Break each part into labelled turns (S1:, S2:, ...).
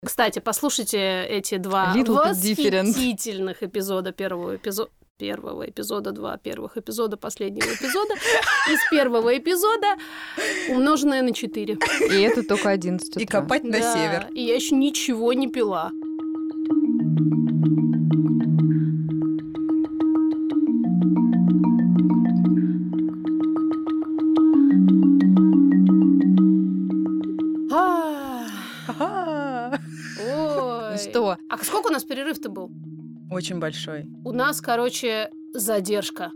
S1: Кстати, послушайте эти два
S2: Little bit different.
S1: восхитительных эпизода первого эпизода, два первых эпизода последнего эпизода. Из первого эпизода умноженное на 4.
S2: И это только 11 утра.
S3: И копать на север.
S1: И я еще ничего не пила. Ой.
S2: Что?
S1: А сколько у нас перерыв-то был?
S3: Очень большой.
S1: У нас, короче, задержка.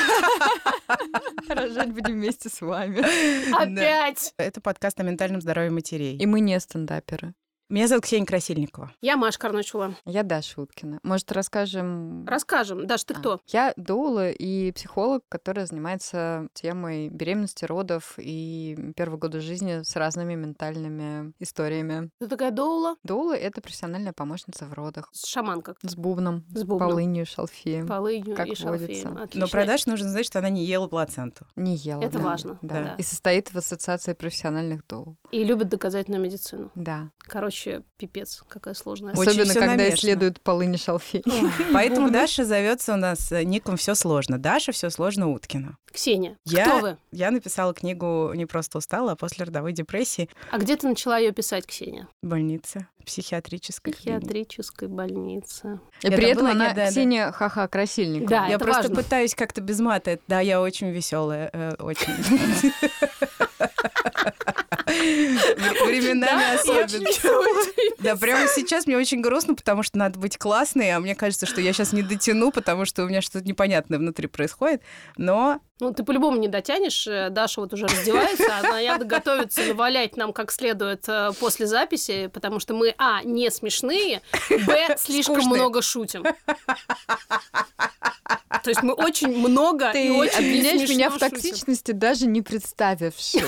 S2: Рожать будем вместе с вами.
S1: Опять!
S3: Это подкаст о ментальном здоровье матерей.
S2: И мы не стендаперы.
S3: Меня зовут Ксения Красильникова.
S1: Я Маша Карночула.
S2: Я Даша Уткина. Может, расскажем...
S1: Расскажем. Даш, ты кто?
S2: Я доула и психолог, которая занимается темой беременности, родов и первого года жизни с разными ментальными историями.
S1: Ты такая доула?
S2: Доула — это профессиональная помощница в родах.
S1: Шаманка.
S2: С бубном,
S1: С бубном.
S2: полынью, шалфеем.
S1: Полынью
S2: как
S1: и шалфеем.
S2: водится.
S1: Отлично.
S3: Но про Дашу нужно знать, что она не ела плаценту.
S2: Не ела.
S1: Это
S2: да.
S1: важно.
S2: Да.
S1: Да.
S2: И состоит в ассоциации профессиональных доул.
S1: И любит доказательную медицину.
S2: Да.
S1: Короче, пипец, какая сложная.
S3: Очень
S2: Особенно,
S3: всё
S2: когда
S3: намешано.
S2: исследуют полынь и шалфей.
S3: Поэтому Даша зовется у нас ником «Все сложно». Даша «Все сложно» Уткина.
S1: Ксения, кто вы?
S3: Я написала книгу «Не просто устала», а после родовой депрессии
S1: А где ты начала ее писать, Ксения?
S3: в больнице, в психиатрической клинике.
S1: Психиатрической больнице.
S2: И
S3: Это
S2: при этом
S3: была
S2: она
S3: не- да, да.
S2: Ксения Ха-Ха Красильникова.
S1: Да,
S3: Я
S1: это
S3: просто
S1: важно.
S3: пытаюсь как-то без мата. Да, я очень веселая, очень. Временами особенно. Да, прямо сейчас мне очень грустно, потому что надо быть классной, а мне кажется, что я сейчас не дотяну, потому что у меня что-то непонятное внутри происходит. Но
S1: Ну, ты по-любому не дотянешь. Даша вот уже раздевается, она явно готовится навалять нам как следует после записи, потому что мы, не смешные, слишком
S3: Скучные.
S1: много шутим. То есть мы очень много и
S2: Ты
S1: очень
S2: обвиняешь
S1: несмешно
S2: меня в
S1: шутим.
S2: токсичности, даже не представившись.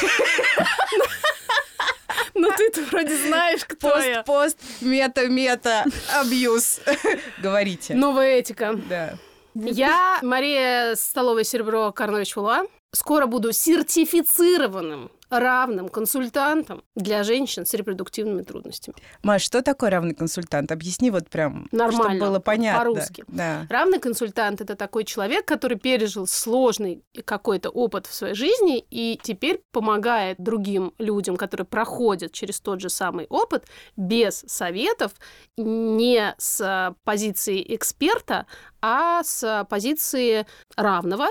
S1: Ну, ты-то вроде знаешь, кто я.
S3: пост, мета, абьюз. Говорите.
S1: Новая этика.
S3: Да.
S1: Я Мария Столовая-Серебро Карнович-Вула. Скоро буду сертифицированным равным консультантом для женщин с репродуктивными трудностями.
S3: Маш, что такое равный консультант? Объясни вот прям,
S1: Нормально,
S3: чтобы было понятно.
S1: по-русски.
S3: Да.
S1: Равный консультант – это такой человек, который пережил сложный какой-то опыт в своей жизни и теперь помогает другим людям, которые проходят через тот же самый опыт, без советов, не с позиции эксперта, а с позиции равного.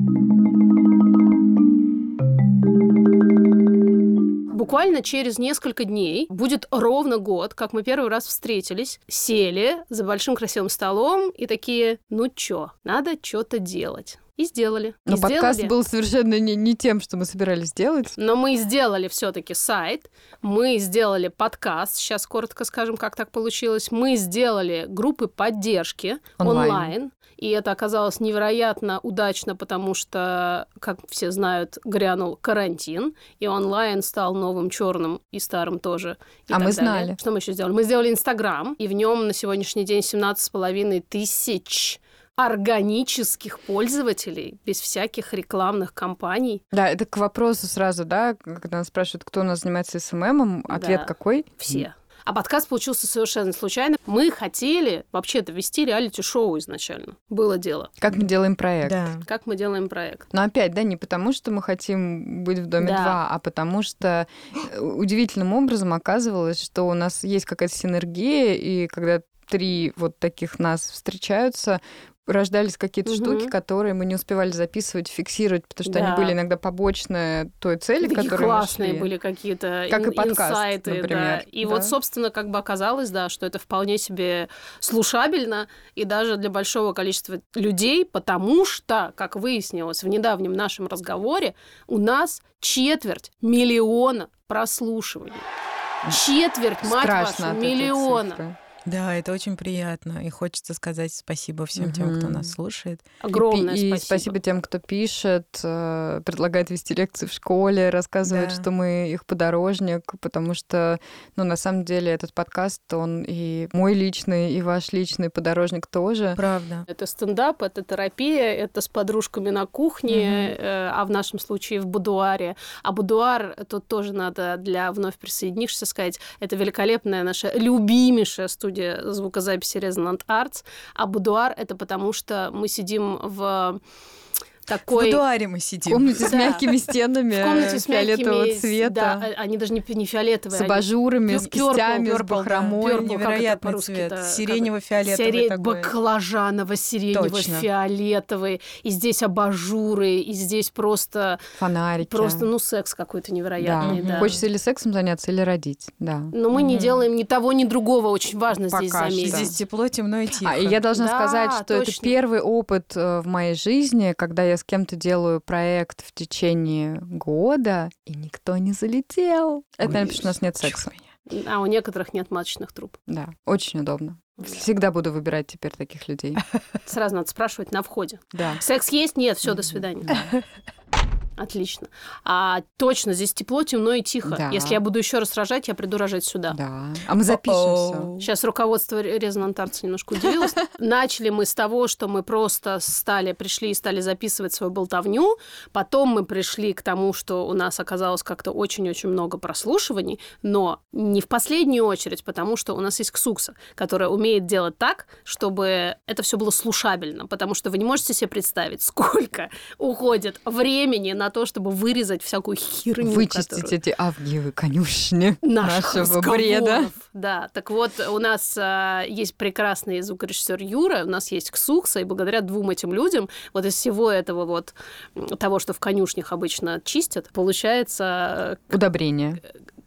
S1: Буквально через несколько дней будет ровно год, как мы первый раз встретились, сели за большим красивым столом и такие, ну чё, надо что-то делать. И сделали.
S2: Но
S1: И
S2: подкаст
S1: сделали.
S2: был совершенно не тем, что мы собирались делать.
S1: Но мы сделали все-таки сайт, мы сделали подкаст, сейчас коротко скажем, как так получилось. Мы сделали группы поддержки онлайн. И это оказалось невероятно удачно, потому что, как все знают, грянул карантин, и онлайн стал новым черным и старым тоже. И
S2: А
S1: так
S2: мы
S1: далее.
S2: знали.
S1: Что мы еще сделали? Мы сделали Инстаграм, и в нем на сегодняшний день 17,5 тысяч органических пользователей, без всяких рекламных кампаний.
S2: Да, это к вопросу сразу, да, когда нас спрашивают, кто у нас занимается СММом, ответ
S1: Да.
S2: какой?
S1: Все. А подкаст получился совершенно случайно. Мы хотели вообще-то вести реалити-шоу изначально. Было дело.
S2: Как мы делаем проект.
S3: Да.
S1: Как мы делаем проект.
S2: Но опять, да, не потому, что мы хотим быть в Доме
S1: Да.
S2: 2, а потому что удивительным образом оказывалось, что у нас есть какая-то синергия, и когда 3 вот таких нас встречаются, рождались какие-то штуки, которые мы не успевали записывать, фиксировать, потому что
S1: Да.
S2: они были иногда побочные той цели,
S1: Такие
S2: которую мы
S1: классные
S2: шли.
S1: были какие-то
S2: Как и подкаст,
S1: инсайты.
S2: например.
S1: Да. И
S2: Да.
S1: вот, собственно, как бы оказалось, да, что это вполне себе слушабельно и даже для большого количества людей, потому что, как выяснилось в недавнем нашем разговоре, у нас 250 000 прослушиваний. 250 000, мать
S2: Страшно
S1: вашу,
S2: от этой
S1: миллиона.
S2: цифры.
S3: Да, это очень приятно. И хочется сказать спасибо всем тем, кто нас слушает.
S1: Огромное
S2: и спасибо тем, кто пишет, предлагает вести лекции в школе, рассказывает, что мы их подорожник, потому что, на самом деле, этот подкаст, он и мой личный, и ваш личный подорожник тоже.
S3: Правда.
S1: Это стендап, это терапия, это с подружками на кухне, а в нашем случае в будуаре. А будуар, тут тоже надо для вновь присоединившихся сказать, это великолепная наша любимейшая студия звукозаписи Resonant Arts, а будуар — это потому, что мы сидим в такой...
S3: В будуаре мы сидим.
S2: В комнате с мягкими стенами,
S1: в комнате с
S2: фиолетового цвета.
S1: Да, они даже не фиолетовые.
S2: С абажурами, с кистями, с бахромой.
S3: Невероятный цвет. Сиренево-фиолетовый такой.
S1: Баклажаново-сиренево-фиолетовый. И здесь абажуры, и здесь просто...
S2: Фонарики.
S1: Просто, секс какой-то невероятный. Да.
S2: Хочется или сексом заняться, или родить, да.
S1: Но мы не делаем ни того, ни другого. Очень важно здесь заметить.
S3: Здесь тепло, темно и тихо.
S2: И я должна сказать, что это первый опыт в моей жизни, когда я с кем-то делаю проект в течение года, и никто не залетел. Это, наверное, потому что у нас нет секса.
S1: А у некоторых нет маточных труб.
S2: Да, очень удобно. Всегда буду выбирать теперь таких людей.
S1: Сразу надо спрашивать на входе.
S2: Да.
S1: Секс есть? Нет, все, до свидания. Отлично. А точно, здесь тепло, темно и тихо.
S2: Да.
S1: Если я буду еще раз рожать, я приду рожать сюда.
S2: Да. А мы запишемся.
S1: Сейчас руководство Resonant Arts немножко удивилось. Начали мы с того, что мы просто пришли и стали записывать свою болтовню. Потом мы пришли к тому, что у нас оказалось как-то очень-очень много прослушиваний, но не в последнюю очередь, потому что у нас есть Ксукса, которая умеет делать так, чтобы это все было слушабельно, потому что вы не можете себе представить, сколько уходит времени на то, чтобы вырезать всякую херню.
S2: Вычистить эти авгиевы конюшни нашего бреда.
S1: Да, так вот, у нас есть прекрасный звукорежиссер Юра, у нас есть Ксукса, и благодаря двум этим людям вот из всего этого того, что в конюшнях обычно чистят, получается...
S2: Удобрение.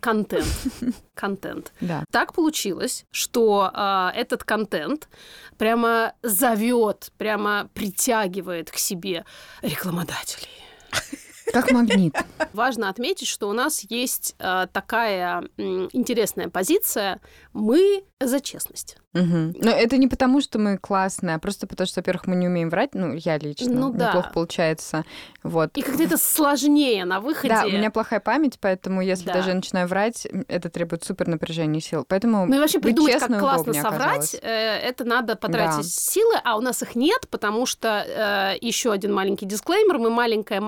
S1: Контент.
S2: Да.
S1: Так получилось, что этот контент прямо зовет, прямо притягивает к себе рекламодателей.
S2: Как магнит.
S1: Важно отметить, что у нас есть такая интересная позиция. Мы за честность.
S2: Но это не потому, что мы классные, а просто потому, что, во-первых, мы не умеем врать. Я лично. Неплохо получается. Вот.
S1: И как-то это сложнее на выходе.
S2: Да, у меня плохая память, поэтому если даже я начинаю врать, это требует супер напряжения сил. Поэтому
S1: и вообще придумать, как классно
S2: соврать,
S1: это надо потратить силы, а у нас их нет, потому что еще один маленький дисклеймер. Мы маленькая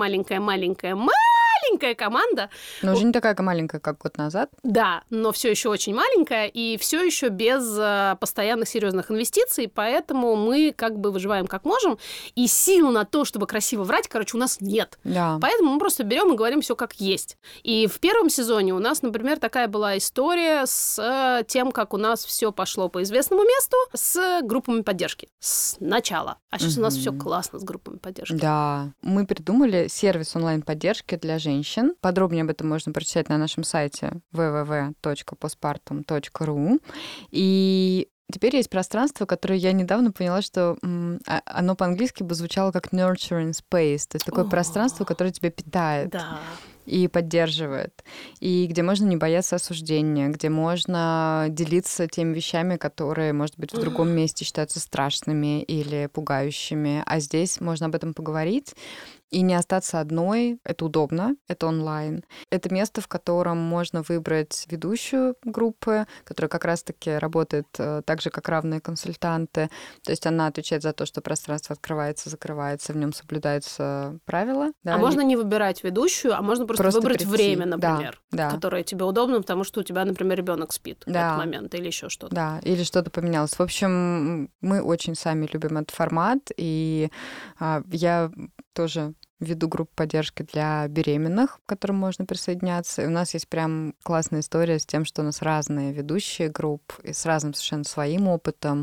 S1: команда.
S2: Но уже не такая маленькая, как год назад.
S1: Да, но все еще очень маленькая и все еще без постоянных серьезных инвестиций, поэтому мы как бы выживаем как можем, и сил на то, чтобы красиво врать, у нас нет.
S2: Да.
S1: Поэтому мы просто берем и говорим все как есть. И в первом сезоне у нас, например, такая была история с тем, как у нас все пошло по известному месту с группами поддержки. Сначала. А сейчас у нас все классно с группами поддержки.
S2: Да. Мы придумали сервис онлайн-поддержки для женщин. Подробнее об этом можно прочитать на нашем сайте www.postpartum.ru. И теперь есть пространство, которое я недавно поняла, что оно по-английски бы звучало как nurturing space, то есть такое пространство, которое тебя питает.
S1: Да.
S2: И поддерживает. И где можно не бояться осуждения, где можно делиться теми вещами, которые, может быть, в другом месте считаются страшными или пугающими. А здесь можно об этом поговорить и не остаться одной. Это удобно, это онлайн. Это место, в котором можно выбрать ведущую группы, которая как раз-таки работает так же, как равные консультанты. То есть она отвечает за то, что пространство открывается, закрывается, в нем соблюдаются правила. Да?
S1: А можно не выбирать ведущую, а можно просто выбрать прийти. Время, например, которое тебе удобно, потому что у тебя, например, ребенок спит в этот момент или еще что-то.
S2: Да, или что-то поменялось. В общем, мы очень сами любим этот формат, и я тоже веду группу поддержки для беременных, к которым можно присоединяться. И у нас есть прям классная история с тем, что у нас разные ведущие групп и с разным совершенно своим опытом.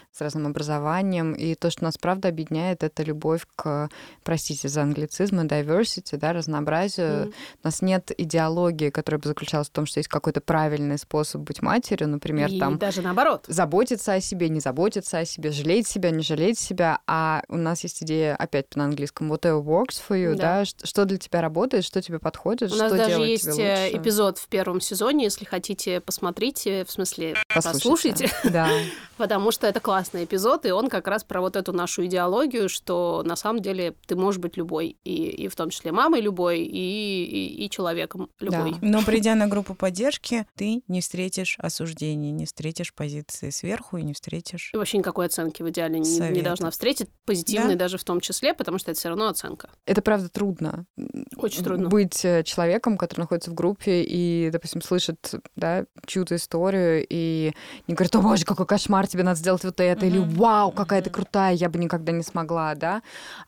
S2: с разным образованием. И то, что нас правда объединяет, это любовь к, простите за англицизм, diversity, да, разнообразию. У нас нет идеологии, которая бы заключалась в том, что есть какой-то правильный способ быть матерью, например,
S1: и
S2: там...
S1: даже наоборот.
S2: Заботиться о себе, не заботиться о себе, жалеть себя, не жалеть себя. А у нас есть идея, опять на английском, whatever works for you, да, что для тебя работает, что тебе подходит,
S1: у
S2: что
S1: нас
S2: делает
S1: даже
S2: тебе
S1: есть
S2: лучше.
S1: эпизод в первом сезоне, если хотите, посмотрите, в смысле, послушайте.
S2: Да.
S1: Потому что это классный эпизод, и он как раз про вот эту нашу идеологию, что на самом деле ты можешь быть любой, и в том числе мамой любой, и человеком любой.
S2: Да.
S3: Но придя на группу поддержки, ты не встретишь осуждений, не встретишь позиции сверху и не встретишь...
S1: И вообще никакой оценки в идеале не должна встретить, позитивной даже в том числе, потому что это все равно оценка.
S2: Это правда трудно.
S1: Очень трудно.
S2: Быть человеком, который находится в группе и, допустим, слышит, да, чью-то историю и не говорит: о боже, какой кошмар, тебе надо сделать вот это, или вау, какая ты крутая, я бы никогда не смогла, да,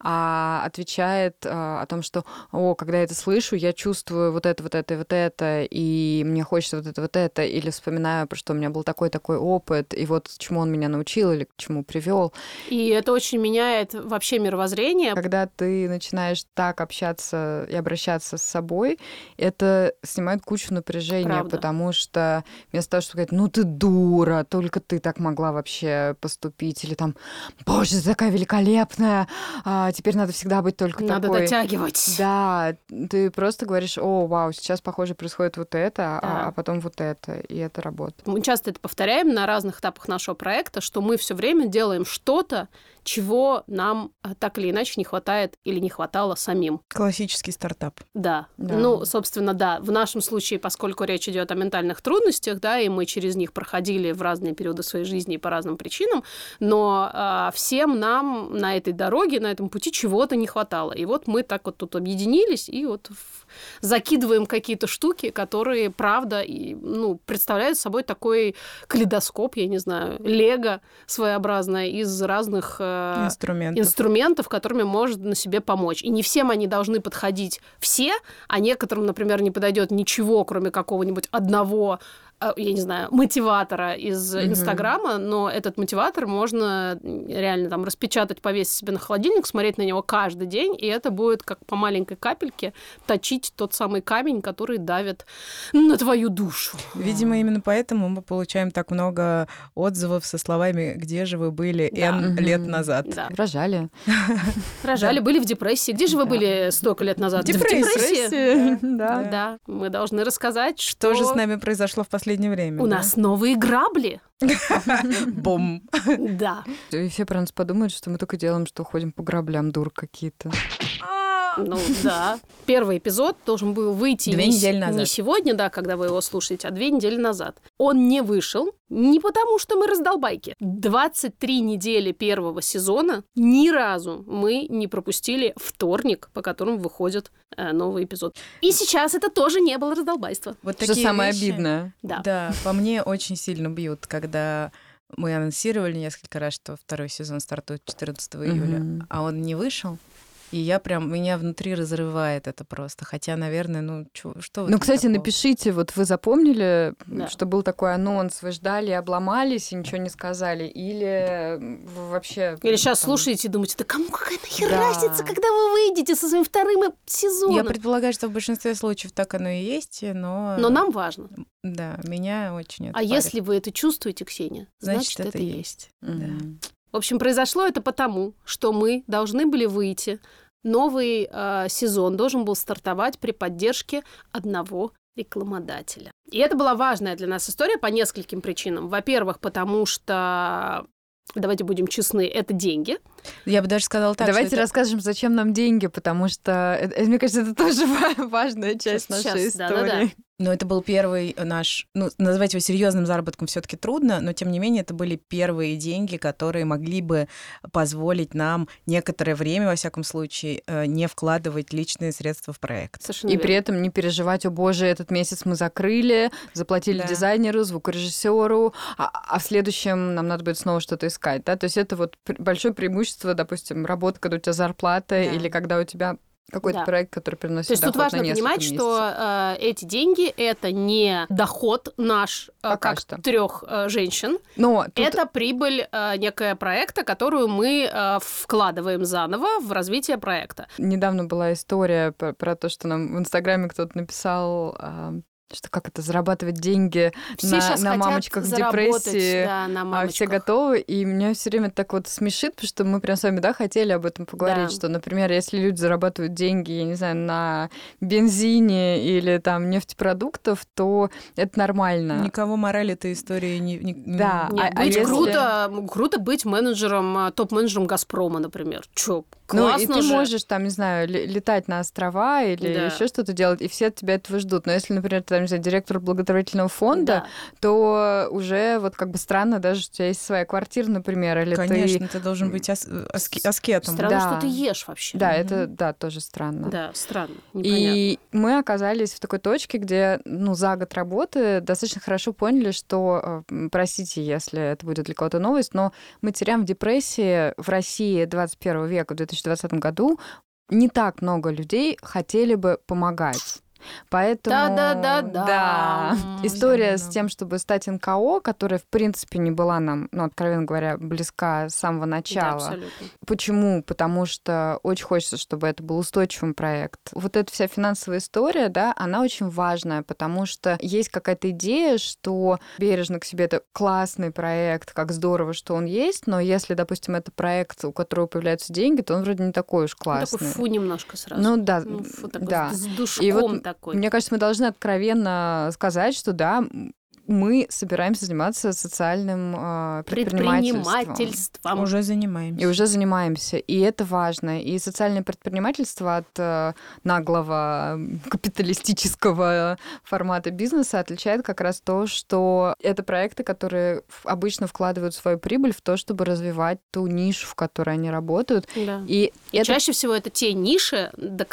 S2: а отвечает о том, что, когда я это слышу, я чувствую вот это, вот это и вот это, и мне хочется вот это, или вспоминаю, про что у меня был такой опыт, и вот чему он меня научил или к чему привел.
S1: И это очень меняет вообще мировоззрение.
S2: Когда ты начинаешь так общаться и обращаться с собой, это снимает кучу напряжения,
S1: Правда.
S2: потому что вместо того, чтобы сказать: ну ты дура, только ты так могла вообще поступить, или там: боже, ты такая великолепная, теперь надо всегда быть только
S1: надо
S2: такой.
S1: Надо дотягивать.
S2: Да, ты просто говоришь: о, вау, сейчас, похоже, происходит вот это, а потом вот это, и это работает.
S1: Мы часто это повторяем на разных этапах нашего проекта, что мы все время делаем что-то, чего нам так или иначе не хватает или не хватало самим.
S3: Классический стартап.
S1: Да. Ну, собственно, да. В нашем случае, поскольку речь идет о ментальных трудностях, да, и мы через них проходили в разные периоды своей жизни по разным причинам, но всем нам на этой дороге, на этом пути чего-то не хватало. И вот мы так вот тут объединились и вот закидываем какие-то штуки, которые, правда, представляют собой такой калейдоскоп, я не знаю, лего своеобразное из разных инструментов, которыми можно на себе помочь. И не всем они должны подходить все, а некоторым, например, не подойдет ничего, кроме какого-нибудь одного, я не знаю, мотиватора из Инстаграма, но этот мотиватор можно реально там распечатать, повесить себе на холодильник, смотреть на него каждый день, и это будет как по маленькой капельке точить тот самый камень, который давит на твою душу.
S3: Видимо, именно поэтому мы получаем так много отзывов со словами: где же вы были N лет назад?
S1: Да.
S2: Рожали.
S1: Рожали, были в депрессии. Где же вы были столько лет назад?
S3: В депрессии.
S1: Да. Мы должны рассказать, что
S3: же с нами произошло в последнее время.
S1: У нас новые грабли.
S3: Бум.
S1: Да.
S2: И все про нас подумают, что мы только делаем, что ходим по граблям, дур какие-то.
S1: Ну да. Первый эпизод должен был выйти
S3: 2 недели назад.
S1: Не сегодня, да, когда вы его слушаете, а 2 недели назад. Он не вышел не потому, что мы раздолбайки. 23 недели первого сезона ни разу мы не пропустили вторник, по которому выходит новый эпизод. И сейчас это тоже не было раздолбайство.
S3: Вот
S2: что
S3: такие
S2: самое
S3: вещи,
S2: обидное.
S3: Да, по мне очень сильно бьют, когда мы анонсировали несколько раз, что второй сезон стартует 14 июля, а он не вышел. И меня внутри разрывает это просто. Хотя, наверное, что...
S2: Ну, кстати, напишите, вот вы запомнили, что был такой анонс, вы ждали, обломались и ничего не сказали? Или вы вообще...
S1: Или сейчас слушаете и думаете: да кому какая нахер разница, когда вы выйдете со своим вторым сезоном?
S3: Я предполагаю, что в большинстве случаев так оно и есть, но...
S1: Но нам важно.
S3: Да, меня очень это
S1: парит. Если вы это чувствуете, Ксения, значит это есть.
S3: Да.
S1: В общем, произошло это потому, что мы должны были выйти. Новый сезон должен был стартовать при поддержке одного рекламодателя. И это была важная для нас история по нескольким причинам. Во-первых, потому что, давайте будем честны, это деньги.
S3: Я бы даже сказала так,
S2: давайте расскажем, зачем нам деньги, потому что, мне кажется, это тоже важная часть нашей истории.
S1: Да.
S3: Но это был первый наш, назвать его серьезным заработком все-таки трудно, но тем не менее это были первые деньги, которые могли бы позволить нам некоторое время, во всяком случае, не вкладывать личные средства в проект.
S2: И при этом не переживать: о боже, этот месяц мы закрыли, заплатили дизайнеру, звукорежиссеру, а в следующем нам надо будет снова что-то искать. Да? То есть это вот большое преимущество, допустим, работа, когда у тебя зарплата, или когда у тебя Какой-то проект, который приносит
S1: доход. То есть тут важно понимать,
S2: месяцев.
S1: что эти деньги — это не доход наш, как 3 женщин.
S2: Но
S1: это прибыль некая проекта, которую мы вкладываем заново в развитие проекта.
S2: Недавно была история про то, что нам в Инстаграме кто-то написал... что как это, зарабатывать деньги на мамочках с депрессией, все готовы. И меня все время так вот смешит, потому что мы прям с вами, хотели об этом поговорить, что, например, если люди зарабатывают деньги, я не знаю, на бензине или там нефтепродуктов, то это нормально.
S3: Никого мораль этой истории не...
S2: Да.
S1: Быть круто быть менеджером, топ-менеджером «Газпрома», например. Чё,
S2: Ну,
S1: классно
S2: и ты
S1: же.
S2: можешь там, не знаю, летать на острова или еще что-то делать, и все от тебя этого ждут. Но если, например, ты, не знаю, директор благотворительного фонда, то уже вот как бы странно даже, что у тебя есть своя квартира, например, или
S3: Конечно, ты должен быть аскетом.
S1: Странно, что ты ешь вообще.
S2: Да, это тоже странно.
S1: Да, странно, непонятно.
S2: И мы оказались в такой точке, где, за год работы достаточно хорошо поняли, что, простите, если это будет для кого-то новость, но матерям в депрессии в России 21 века, в 2020 году, не так много людей хотели бы помогать. Поэтому да, история с тем, чтобы стать НКО, которая, в принципе, не была нам, откровенно говоря, близка с самого начала.
S1: Да, абсолютно.
S2: Почему? Потому что очень хочется, чтобы это был устойчивый проект. Вот эта вся финансовая история, она очень важная, потому что есть какая-то идея, что бережно к себе это классный проект, как здорово, что он есть, но если, допустим, это проект, у которого появляются деньги, то он вроде не такой уж классный.
S1: Такой немножко сразу.
S2: Да.
S1: С душком
S2: и вот,
S1: такой.
S2: Мне кажется, мы должны откровенно сказать, что мы собираемся заниматься социальным предпринимательством.
S3: Уже занимаемся.
S2: И уже занимаемся. И это важно. И социальное предпринимательство от наглого капиталистического формата бизнеса отличает как раз то, что это проекты, которые обычно вкладывают свою прибыль в то, чтобы развивать ту нишу, в которой они работают.
S1: Да. И чаще всего это те ниши, до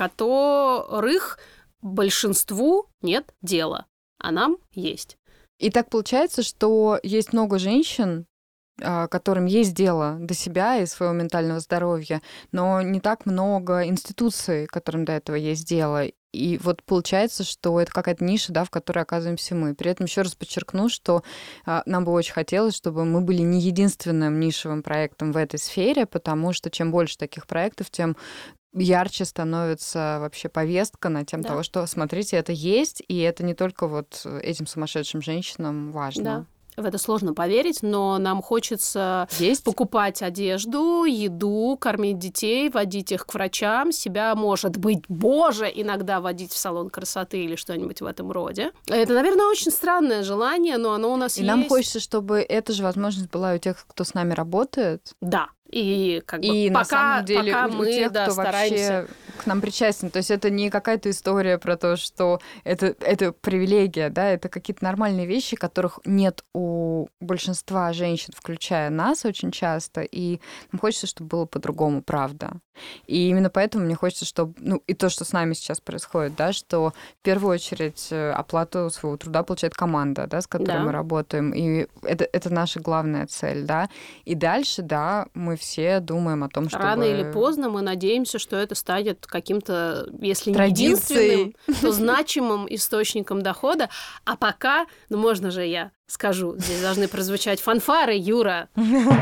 S1: которых большинству нет дела, а нам есть.
S2: И так получается, что есть много женщин, которым есть дело до себя и своего ментального здоровья, но не так много институций, которым до этого есть дело. И вот получается, что это какая-то ниша, в которой оказываемся мы. При этом еще раз подчеркну, что нам бы очень хотелось, чтобы мы были не единственным нишевым проектом в этой сфере, потому что чем больше таких проектов, тем ярче становится вообще повестка на тему того, что, смотрите, это есть, и это не только вот этим сумасшедшим женщинам важно.
S1: Да. В это сложно поверить, но нам хочется покупать одежду, еду, кормить детей, водить их к врачам, себя, может быть, иногда водить в салон красоты или что-нибудь в этом роде. Это, наверное, очень странное желание, но оно у нас есть.
S2: И нам хочется, чтобы эта же возможность была и у тех, кто с нами работает.
S1: Да. И
S2: на самом деле
S1: пока
S2: у
S1: мы
S2: тех, кто
S1: стараемся...
S2: вообще к нам причастен. То есть это не какая-то история про то, что это привилегия, это какие-то нормальные вещи, которых нет у большинства женщин, включая нас очень часто. И нам хочется, чтобы было по-другому, правда. И именно поэтому мне хочется, чтобы... и то, что с нами сейчас происходит, что в первую очередь оплату своего труда получает команда, с которой мы работаем. И это наша главная цель, И дальше, мы все думаем о том, чтобы...
S1: Рано или поздно мы надеемся, что это станет каким-то, если не
S2: единственным,
S1: то значимым источником дохода. А пока, можно же я скажу, здесь должны прозвучать фанфары, Юра.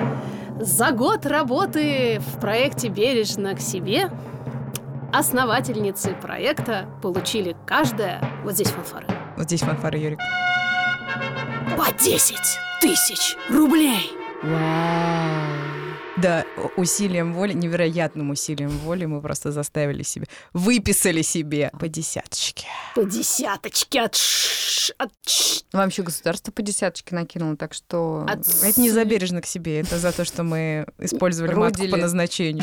S1: За год работы в проекте «Бережно к себе» основательницы проекта получили каждая... Вот здесь фанфары.
S3: Вот здесь фанфары, Юрик.
S1: По 10 тысяч рублей!
S2: Вау!
S3: Да, усилием воли, невероятным усилием воли мы просто заставили себя, выписали себе по десяточке.
S1: По десяточке.
S2: Вам еще государство по десяточке накинуло, так что...
S3: Это не за бережно к себе, это за то, что мы использовали матку по назначению.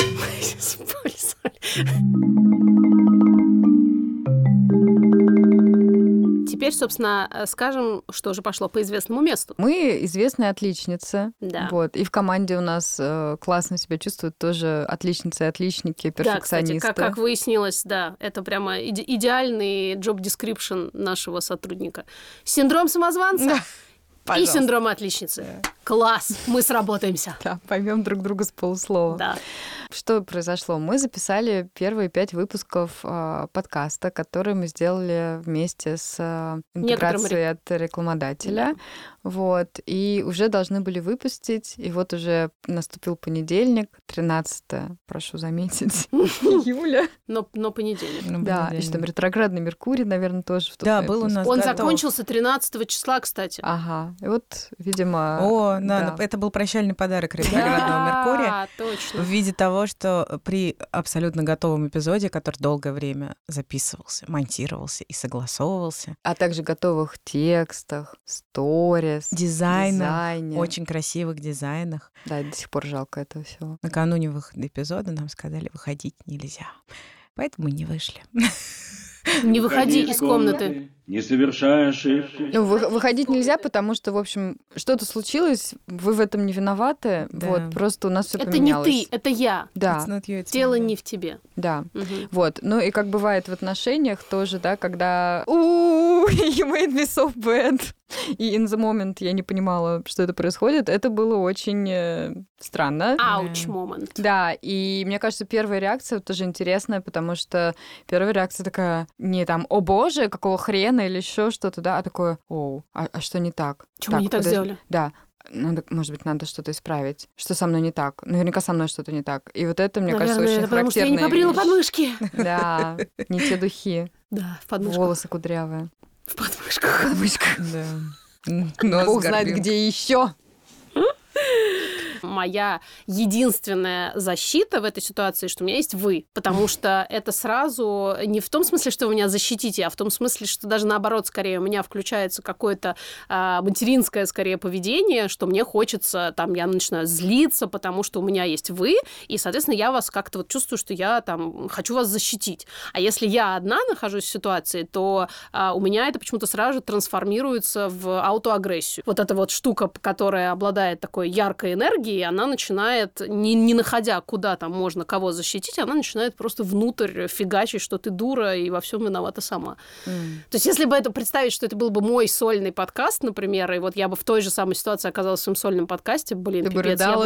S1: Теперь, собственно, скажем, что же пошло по известному месту.
S2: Мы известные отличницы.
S1: Да.
S2: И в команде у нас классно себя чувствуют тоже отличницы и отличники, перфекционисты.
S1: Да, кстати, как выяснилось, это прямо идеальный job description нашего сотрудника. Синдром самозванца и синдром отличницы. Класс, мы сработаемся.
S2: Да, поймем друг друга с полуслова.
S1: Да.
S2: Что произошло? Мы записали первые 5 выпусков подкаста, которые мы сделали вместе с интеграцией от рекламодателя. Вот. И уже должны были выпустить. И вот уже наступил понедельник, 13-е, прошу заметить, июля.
S1: Но понедельник.
S2: Да, и что, ретроградный Меркурий, наверное, тоже в тот
S3: Да, был у нас.
S1: Он закончился 13 числа, кстати.
S2: Ага. И вот, видимо...
S3: Это был прощальный подарок ретроградного Меркурия.
S1: Точно.
S3: В виде того, что при абсолютно готовом эпизоде, который долгое время записывался, монтировался и согласовывался,
S2: а также готовых текстах, сторис,
S3: дизайнах, очень красивых дизайнах.
S2: Да, до сих пор жалко этого всего.
S3: Накануне выхода эпизода нам сказали, выходить нельзя. Поэтому мы не вышли.
S1: Не выходи из комнаты.
S4: Не совершай ошибку.
S2: Ну, выходить нельзя, потому что, в общем, что-то случилось, вы в этом не виноваты. Да. Вот, просто у нас все поменялось.
S1: Это не ты, это я.
S2: Да.
S1: Дело не в тебе.
S2: Да. Вот. Ну и как бывает в отношениях тоже, да, когда you made me so bad. И in the moment я не понимала, что это происходит. Это было очень странно.
S1: Ouch moment.
S2: Да, и мне кажется, первая реакция тоже интересная, потому что первая реакция такая не там, о боже, какого хрена или еще что-то, да, а такое, а что не так?
S1: Что мы не так сделали?
S2: Да. Может быть, надо что-то исправить. Что со мной не так? Наверняка со мной что-то не так. И вот это, мне кажется, очень
S1: потому что я не побрила подмышки.
S2: Да, не те духи.
S1: Да, в подмышках.
S2: Волосы кудрявые.
S1: В подмышках.
S2: В подмышках.
S3: Да.
S2: Бог знает, где еще.
S1: Моя единственная защита в этой ситуации, что у меня есть вы. Потому что это сразу не в том смысле, что вы меня защитите, а в том смысле, что даже наоборот, скорее, у меня включается какое-то материнское, скорее, поведение, что мне хочется, там, я начинаю злиться, потому что у меня есть вы, и, соответственно, я вас как-то вот чувствую, что я там хочу вас защитить. А если я одна нахожусь в ситуации, то у меня это почему-то сразу же трансформируется в аутоагрессию. Вот эта вот штука, которая обладает такой яркой энергией, она начинает, не находя, куда там можно кого защитить, она начинает просто внутрь фигачить, что ты дура и во всем виновата сама. То есть если бы это представить, что это был бы мой сольный подкаст, например, и вот я бы в той же самой ситуации оказалась в своем сольном подкасте, блин, пипец, я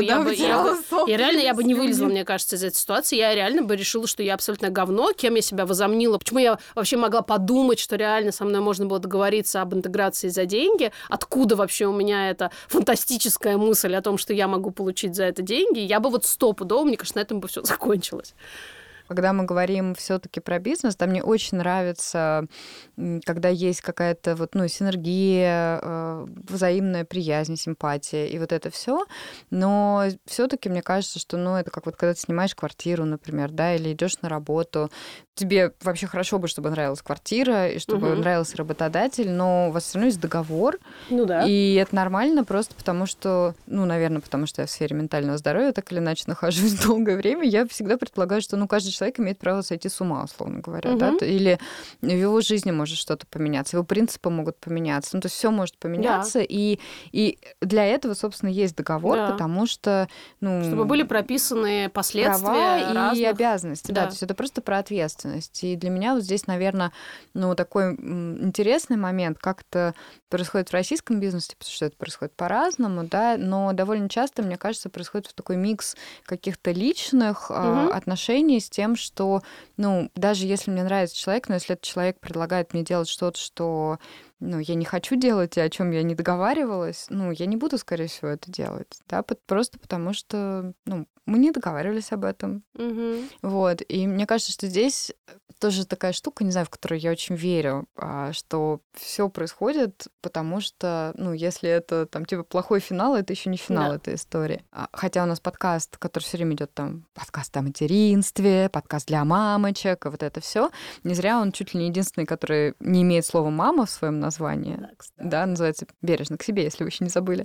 S1: бы не вылезла, мне кажется, из этой ситуации. Я реально бы решила, что я абсолютно говно, кем я себя возомнила, почему я вообще могла подумать, что реально со мной можно было договориться об интеграции за деньги, откуда вообще у меня эта фантастическая мысль о том, что я могу получить за это деньги, я бы вот стопудово, мне кажется, на этом бы все закончилось.
S2: Когда мы говорим все-таки про бизнес, там мне очень нравится, когда есть какая-то вот, синергия, взаимная приязнь, симпатия и вот это все. Но все-таки мне кажется, что это как вот когда ты снимаешь квартиру, например, да, или идешь на работу, тебе вообще хорошо бы, чтобы нравилась квартира и чтобы нравился работодатель, но у вас все равно есть договор.
S1: Ну да.
S2: И это нормально просто потому, что, наверное, потому что я в сфере ментального здоровья так или иначе нахожусь долгое время, я всегда предполагаю, что, каждый человек имеет право сойти с ума, условно говоря, да, или в его жизни может что-то поменяться, его принципы могут поменяться, то есть все может поменяться, и для этого, собственно, есть договор, потому что,
S1: чтобы были прописаны последствия
S2: права
S1: разных...
S2: и обязанности, да, то есть это просто про ответственность. И для меня вот здесь, наверное, такой интересный момент, как это происходит в российском бизнесе, потому что это происходит по-разному, да, но довольно часто, мне кажется, происходит такой микс каких-то личных отношений с тем, что, даже если мне нравится человек, но если этот человек предлагает мне делать что-то, что я не хочу делать, и о чем я не договаривалась, я не буду, скорее всего, это делать, да, просто потому что, мы не договаривались об этом. Вот, и мне кажется, что здесь тоже такая штука, не знаю, в которую я очень верю, что все происходит, потому что, если это там типа плохой финал, это еще не финал этой истории. Хотя у нас подкаст, который все время идет там, подкаст о материнстве, подкаст для мамочек, и вот это все. Не зря он чуть ли не единственный, который не имеет слова мама в своем названии. Да, называется «Бережно к себе», если вы еще не забыли.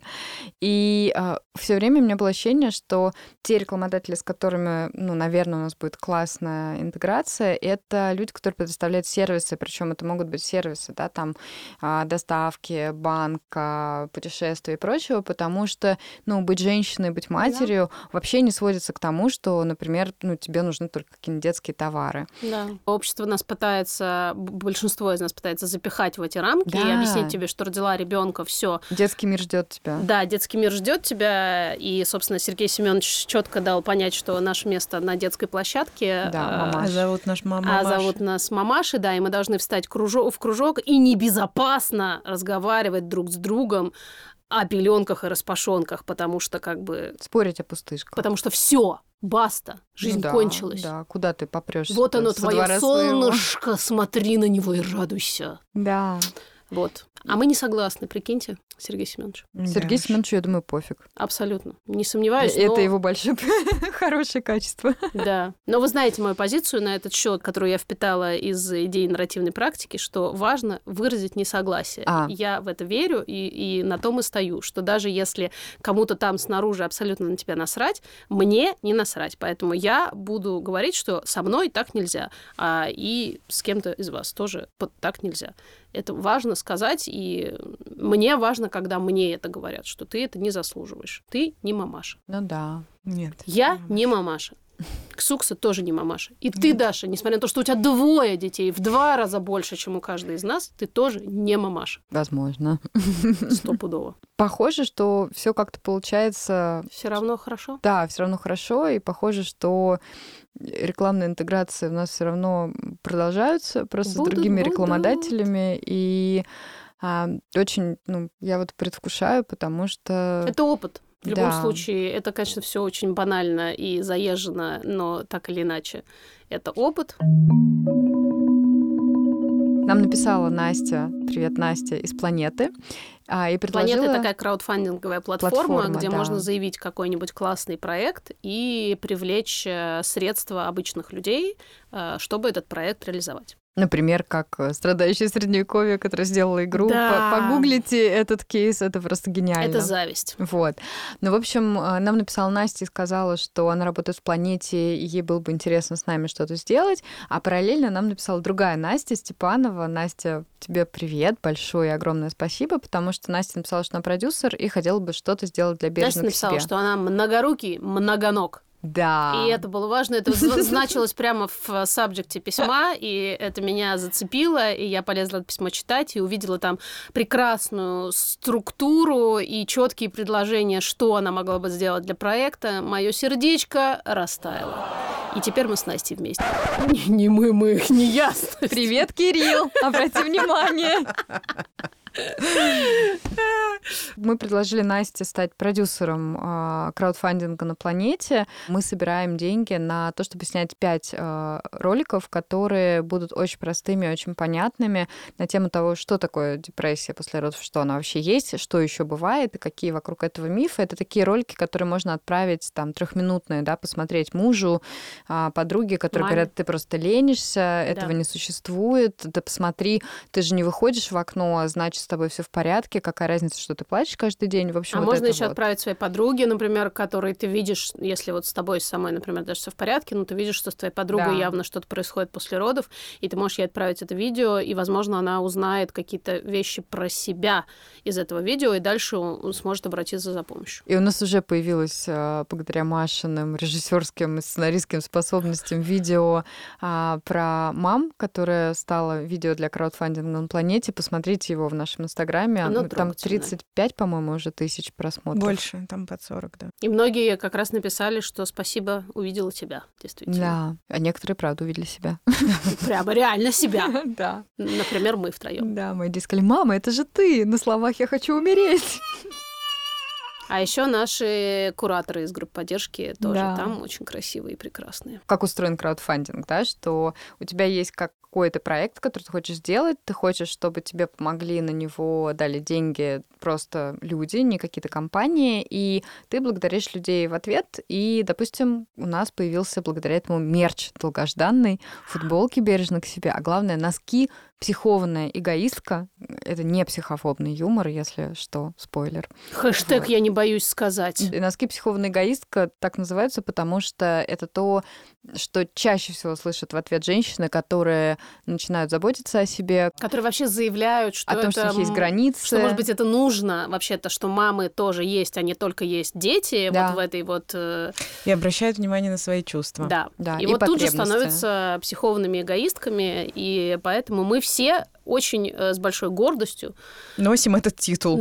S2: И все время у меня было ощущение, что те рекламодатели, с которыми, наверное, у нас будет классная интеграция, это люди, которые предоставляют сервисы, причем это могут быть сервисы, да, там доставки, банка, путешествия и прочего, потому что, быть женщиной, быть матерью вообще не сводится к тому, что, например, тебе нужны только какие-нибудь детские товары.
S1: Да. Общество нас пытается, большинство из нас пытается запихать в эти рамки, и объяснить тебе, что родила ребенка, все.
S2: Детский мир ждет тебя.
S1: Да, детский мир ждет тебя. И, собственно, Сергей Семенович четко дал понять, что наше место на детской площадке.
S2: Да, мамаш.
S3: Зовут нас мамаши.
S1: Зовут нас мамаши, да, и мы должны встать в кружок, и небезопасно разговаривать друг с другом о пеленках и распашонках, потому что
S2: спорить о пустышках.
S1: Потому что все, баста, жизнь кончилась.
S2: Да, куда ты попрёшь?
S1: Вот оно, твое солнышко, смотри на него и радуйся.
S2: Да.
S1: Вот. А мы не согласны, прикиньте, Сергей Семенович.
S2: Сергей Семенович, я думаю, пофиг.
S1: Абсолютно. Не сомневаюсь.
S2: Это его большое хорошее качество.
S1: Да. Но вы знаете мою позицию на этот счет, которую я впитала из идеи нарративной практики, что важно выразить несогласие. Я в это верю и на том и стою, что даже если кому-то там снаружи абсолютно на тебя насрать, мне не насрать. Поэтому я буду говорить, что со мной так нельзя, и с кем-то из вас тоже так нельзя. Это важно сказать, и мне важно, когда мне это говорят, что ты это не заслуживаешь. Ты не мамаша.
S2: Ну да.
S3: Нет.
S1: Я не мамаша. Ксукса тоже не мамаша. И ты, Даша, несмотря на то, что у тебя 2 детей, в 2 раза больше, чем у каждой из нас, ты тоже не мамаша.
S2: Возможно.
S1: Стопудово.
S2: Похоже, что все как-то получается...
S1: Все равно хорошо?
S2: Да, все равно хорошо, и похоже, что рекламные интеграции у нас все равно продолжаются, просто с другими рекламодателями, и очень, я вот предвкушаю, потому что...
S1: Это опыт. В любом случае, это, конечно, все очень банально и заезжено, но так или иначе, это опыт.
S2: Нам написала Настя, привет, Настя, из «Планеты», и предложила...
S1: «Планета» — такая краудфандинговая платформа, где можно заявить какой-нибудь классный проект и привлечь средства обычных людей, чтобы этот проект реализовать.
S2: Например, как страдающая Средневековье, которая сделала игру.
S1: Да.
S2: Погуглите этот кейс, это просто гениально.
S1: Это зависть.
S2: Вот. Ну, в общем, нам написала Настя и сказала, что она работает в «Планете», и ей было бы интересно с нами что-то сделать. А параллельно нам написала другая Настя Степанова. Настя, тебе привет, большое и огромное спасибо, потому что Настя написала, что она продюсер и хотела бы что-то сделать для «Бережно к себе».
S1: Настя написала, что она многорукий, многоног.
S2: Да.
S1: И это было важно, это значилось прямо в сабжекте письма, и это меня зацепило, и я полезла это письмо читать, и увидела там прекрасную структуру и четкие предложения, что она могла бы сделать для проекта. Мое сердечко растаяло. И теперь мы с Настей вместе. Не мы, не я.
S2: Привет, Кирилл! Обрати внимание! Мы предложили Насте стать продюсером краудфандинга на «Планете». Мы собираем деньги на то, чтобы снять 5 роликов, которые будут очень простыми, очень понятными на тему того, что такое депрессия после родов, что она вообще есть, что еще бывает и какие вокруг этого мифы. Это такие ролики, которые можно отправить там 3-минутные, да, посмотреть мужу, подруге, которые говорят, ты просто ленишься, этого не существует, да посмотри, ты же не выходишь в окно, значит, с тобой все в порядке, какая разница, что ты плачешь каждый день. В общем,
S1: можно еще отправить своей подруге, например, которой ты видишь, если вот с тобой самой, например, даже все в порядке, но ты видишь, что с твоей подругой явно что-то происходит после родов, и ты можешь ей отправить это видео, и, возможно, она узнает какие-то вещи про себя из этого видео, и дальше он сможет обратиться за помощью.
S2: И у нас уже появилось, благодаря Машиным режиссерским и сценаристским способностям, видео про мам, которое стало видео для краудфандинга на «Планете». Посмотрите его в нашем инстаграме. Там 35, по-моему, уже тысяч просмотров.
S3: Больше, там под 40, да.
S1: И многие как раз написали, что спасибо, увидела тебя, действительно.
S2: Да, а некоторые, правда, увидели себя.
S1: Прямо реально себя.
S2: Да.
S1: Например, мы втроем.
S2: Да, мои дети сказали, мама, это же ты, на словах я хочу умереть.
S1: А еще наши кураторы из группы поддержки тоже там очень красивые и прекрасные.
S2: Как устроен краудфандинг, да, что у тебя есть какой-то проект, который ты хочешь сделать, ты хочешь, чтобы тебе помогли на него, дали деньги просто люди, не какие-то компании, и ты благодаришь людей в ответ, и, допустим, у нас появился благодаря этому мерч долгожданный, футболки «Бережно к себе», а главное, носки «Психованная эгоистка». Это не психофобный юмор, если что, спойлер.
S1: Хэштег «Я не боюсь сказать».
S2: И носки «Психованная эгоистка» так называются, потому что это то, что чаще всего слышат в ответ женщины, которые начинают заботиться о себе.
S1: Которые вообще заявляют, что
S2: о том, что у них есть границы.
S1: Что, может быть, это нужно вообще-то, что мамы тоже есть, а не только есть дети вот в этой вот...
S3: И обращают внимание на свои чувства.
S1: Да. И вот тут же становятся психованными эгоистками, и поэтому мы все очень с большой гордостью
S3: носим этот титул.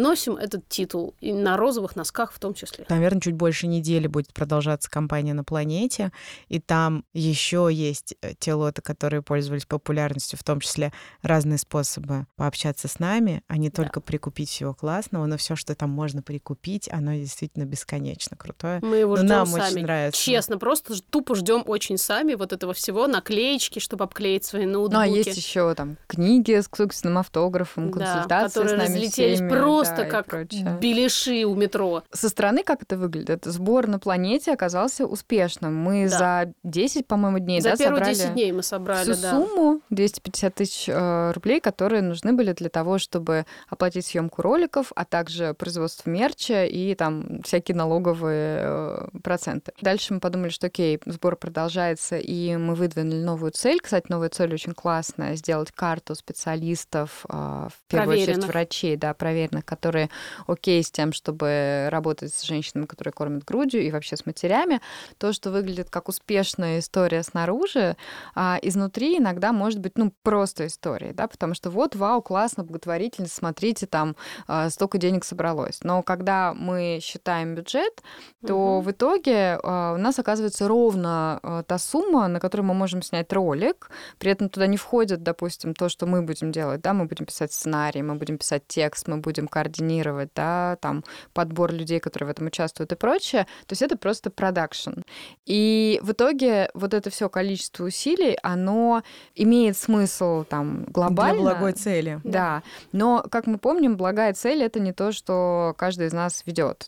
S1: И на розовых носках в том числе.
S3: Наверное, чуть больше недели будет продолжаться кампания на планете, и там еще есть те лоты, которые пользовались популярностью, в том числе разные способы пообщаться с нами, а не только прикупить всего классного, но все, что там можно прикупить, оно действительно бесконечно крутое.
S1: Мы его ждем
S3: нам
S1: сами.
S3: Очень нравится.
S1: Честно, просто тупо ждем очень сами вот этого всего, наклеечки, чтобы обклеить свои ноутбуки.
S2: А есть еще там книги с собственным автографом, консультации
S1: которые
S2: с нами
S1: разлетелись
S2: всеми,
S1: просто как беляши у метро.
S2: Со стороны как это выглядит? Сбор на планете оказался успешным. Мы за 10, по-моему, дней
S1: за первые
S2: собрали
S1: 10 дней мы собрали,
S2: всю сумму 250 тысяч рублей, которые нужны были для того, чтобы оплатить съемку роликов, а также производство мерча и там всякие налоговые проценты. Дальше мы подумали, что окей, сбор продолжается, и мы выдвинули новую цель. Кстати, новая цель очень классная — сделать карту специалистов, в первую очередь врачей, проверенных, которые окей с тем, чтобы работать с женщинами, которые кормят грудью, и вообще с матерями. То, что выглядит как успешная история снаружи, изнутри иногда может быть, просто история, потому что вот, вау, классно, благотворительность, смотрите, там столько денег собралось. Но когда мы считаем бюджет, то в итоге у нас оказывается ровно та сумма, на которую мы можем снять ролик. При этом туда не входит, допустим, то, что мы будем делать. Мы будем писать сценарий, мы будем писать текст, мы будем координировать, там подбор людей, которые в этом участвуют и прочее. То есть это просто продакшн. И в итоге вот это все количество усилий, оно имеет смысл там глобально.
S3: Для благой цели.
S2: Да. Но, как мы помним, благая цель — это не то, что каждый из нас ведет.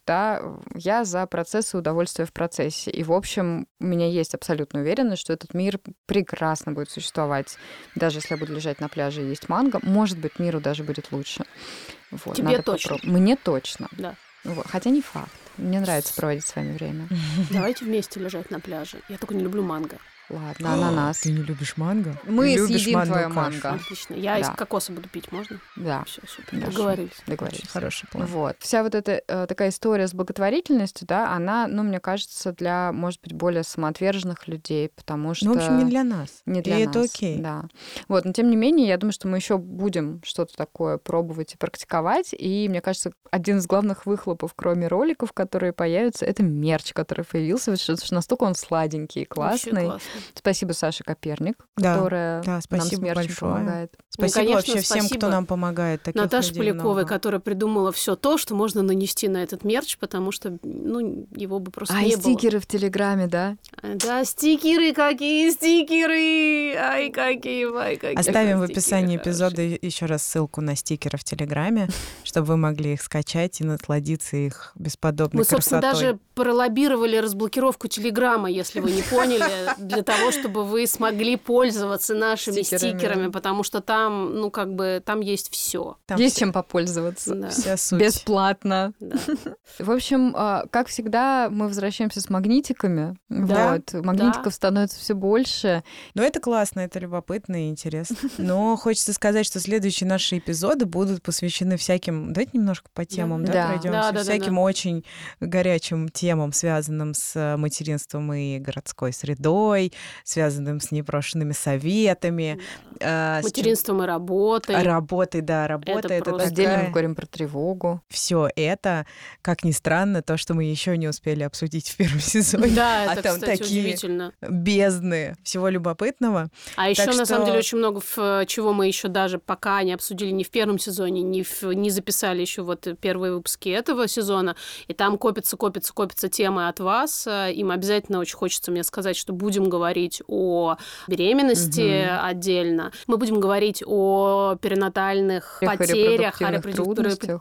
S2: Я за процесс и удовольствие в процессе. И, в общем, у меня есть абсолютная уверенность, что этот мир прекрасно будет существовать. Даже если я буду лежать на пляже и есть манго, может быть, миру даже будет лучше. Вот,
S1: тебе точно?
S2: Мне точно.
S1: Да.
S2: Хотя не факт. Мне нравится проводить с вами время.
S1: Давайте вместе лежать на пляже. Я только не люблю манго.
S2: Ладно, ананас.
S3: Ты не любишь манго?
S2: Мы съедим твое манго.
S1: Отлично. Я из кокоса буду пить, можно?
S2: Да.
S1: Все, супер. Договорились.
S3: Хороший план.
S2: Вот. Вся вот эта такая история с благотворительностью, она, мне кажется, для, может быть, более самоотверженных людей, потому что...
S3: в общем, не для нас.
S2: Не для нас.
S3: Это окей.
S2: Да. Вот. Но, тем не менее, я думаю, что мы еще будем что-то такое пробовать и практиковать. И, мне кажется, один из главных выхлопов, кроме роликов, которые появятся, это мерч, который появился. Что настолько он сладенький и классный. Спасибо Саше Коперник, которая нам с мерчем помогает.
S3: Спасибо вообще всем, кто нам помогает.
S1: Наташе Поляковой, которая придумала все то, что можно нанести на этот мерч, потому что его бы просто не было.
S2: Стикеры в Телеграме, да?
S1: Да, стикеры, какие стикеры! Ай, какие.
S3: Оставим в описании эпизода еще раз ссылку на стикеры в Телеграме, чтобы вы могли их скачать и насладиться их бесподобной красотой.
S1: Мы, собственно, даже пролоббировали разблокировку Телеграма, если вы не поняли, для того, чтобы вы смогли пользоваться нашими стикерами, потому что там, там есть все.
S2: Есть чем попользоваться.
S1: Да.
S3: Вся суть.
S2: Бесплатно.
S1: Да.
S2: В общем, как всегда, мы возвращаемся с магнитиками.
S1: Да.
S2: Магнитиков становится все больше.
S3: Но это классно, это любопытно и интересно. Но хочется сказать, что следующие наши эпизоды будут посвящены всяким... Давайте немножко по темам пройдемся. Всяким очень горячим темам, связанным с материнством и городской средой, связанным с непрошенными советами.
S1: Материнством и работой.
S3: Работой. Это
S2: отдельно мы говорим про тревогу.
S3: Все это, как ни странно, то, что мы еще не успели обсудить в первом сезоне.
S1: Да, это,
S3: там
S1: кстати,
S3: такие
S1: удивительно.
S3: Бездны всего любопытного.
S1: А еще на самом деле очень много, чего мы еще даже пока не обсудили ни в первом сезоне, не записали еще вот первые выпуски этого сезона. И там копятся темы от вас. Им обязательно очень хочется мне сказать, что будем говорить о беременности отдельно. Мы будем говорить о перинатальных потерях, о
S2: репродуктивных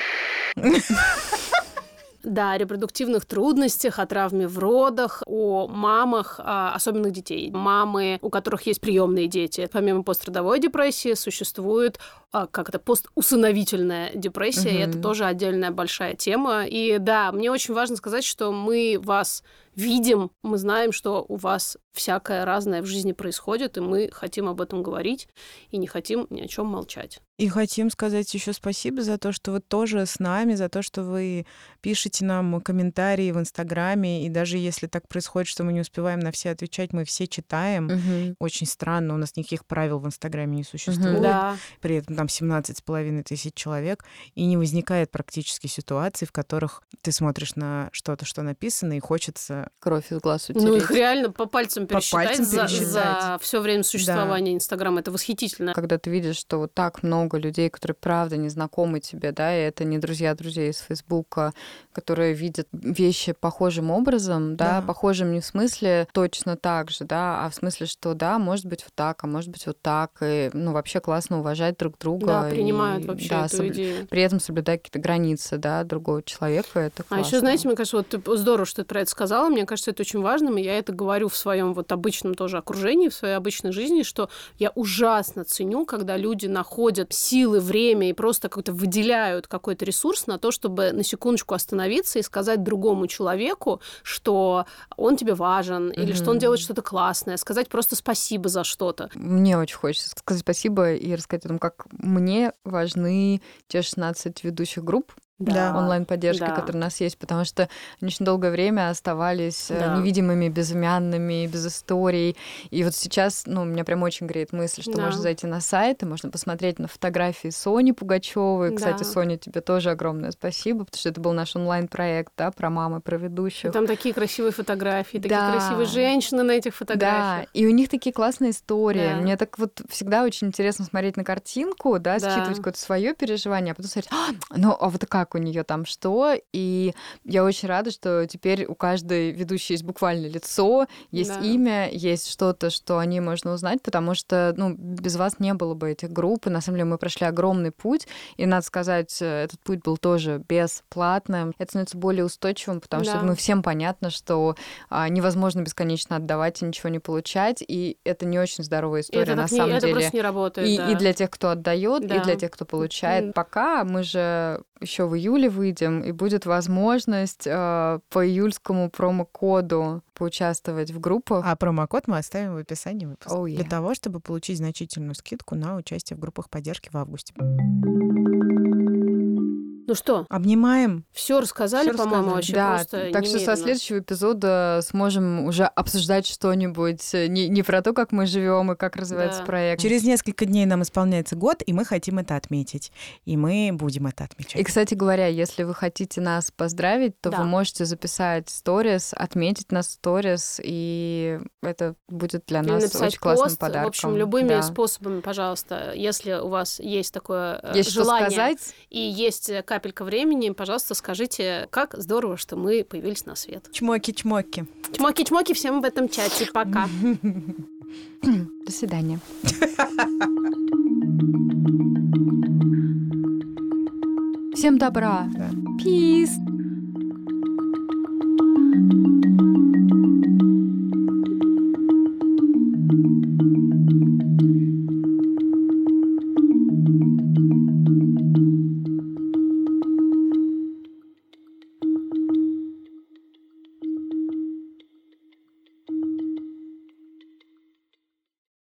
S1: Да, о репродуктивных трудностях, о травме в родах, о мамах, особенных детей. Мамы, у которых есть приемные дети. Помимо пострадовой депрессии существует постусыновительная депрессия, и это тоже отдельная большая тема. И да, мне очень важно сказать, что мы вас видим, мы знаем, что у вас всякое разное в жизни происходит, и мы хотим об этом говорить и не хотим ни о чем молчать.
S3: И хотим сказать еще спасибо за то, что вы тоже с нами, за то, что вы пишете нам комментарии в Инстаграме, и даже если так происходит, что мы не успеваем на все отвечать, мы все читаем. Очень странно, у нас никаких правил в Инстаграме не существует.
S1: Да.
S3: При этом там 17,5 тысяч человек, и не возникает практически ситуаций, в которых ты смотришь на что-то, что написано, и хочется...
S2: Кровь из глаз утереть.
S1: Ну, их реально по пальцам пересчитать, за все время существования Инстаграма. Это восхитительно.
S2: Когда ты видишь, что вот так много людей, которые правда не знакомы тебе, да, и это не друзья-друзей из Фейсбука, которые видят вещи похожим образом, да, похожим не в смысле точно так же, да, а в смысле, что да, может быть вот так, а может быть вот так, и, ну, вообще классно уважать друг друга.
S1: Да, принимают вообще
S2: да,
S1: эту идею.
S2: При этом соблюдать какие-то границы, да, другого человека, это классно.
S1: А еще, знаете, мне кажется, вот ты здорово, что ты про это сказала, мне кажется, это очень важным, и я это говорю в своем вот обычном тоже окружении, в своей обычной жизни, что я ужасно ценю, когда люди находят силы, время и просто как-то выделяют какой-то ресурс на то, чтобы на секундочку остановиться и сказать другому человеку, что он тебе важен, или что он делает что-то классное, сказать просто спасибо за что-то.
S2: Мне очень хочется сказать спасибо и рассказать о том, как мне важны те 16 ведущих групп, онлайн-поддержки, которые у нас есть, потому что они очень долгое время оставались невидимыми, безымянными, без историй. И вот сейчас, ну, меня прям очень греет мысль, что можно зайти на сайт, и можно посмотреть на фотографии Сони Пугачёвой. Кстати, Соня, тебе тоже огромное спасибо, потому что это был наш онлайн-проект, да, про мамы, про ведущих.
S1: И там такие красивые фотографии, такие красивые женщины на этих фотографиях.
S2: Да, и у них такие классные истории. Мне так вот всегда очень интересно смотреть на картинку, да, считывать какое-то свое переживание, а потом смотреть, ну, а вот как у нее там что, и я очень рада, что теперь у каждой ведущей есть буквально лицо, есть имя, есть что-то, что о ней можно узнать, потому что, ну, без вас не было бы этих групп, и на самом деле мы прошли огромный путь, и, надо сказать, этот путь был тоже бесплатным. Это становится более устойчивым, потому что мы всем понятно, что невозможно бесконечно отдавать и ничего не получать, и это не очень здоровая история, на самом деле.
S1: Это просто не работает,
S2: и для тех, кто отдает, и для тех, кто получает. Пока мы же еще в июле выйдем, и будет возможность по июльскому промокоду поучаствовать в группах.
S3: А промокод мы оставим в описании выпуска.
S2: Для
S3: того, чтобы получить значительную скидку на участие в группах поддержки в августе.
S1: Ну что?
S3: Обнимаем.
S1: Все рассказали, по-моему, вообще просто
S2: так что со следующего эпизода сможем уже обсуждать что-нибудь не про то, как мы живем и как развивается проект.
S3: Через несколько дней нам исполняется год, и мы хотим это отметить. И мы будем это отмечать.
S2: И, кстати говоря, если вы хотите нас поздравить, то вы можете записать сторис, отметить нас в сторис, и это будет для нас очень классным подарком.
S1: В общем, любыми способами, пожалуйста, если у вас есть такое
S2: есть
S1: желание
S2: что сказать,
S1: и есть капелька времени, пожалуйста, скажите, как здорово, что мы появились на свет.
S3: Чмоки-чмоки.
S1: Чмоки-чмоки всем в этом чате. Пока.
S2: До свидания. Всем добра. Peace.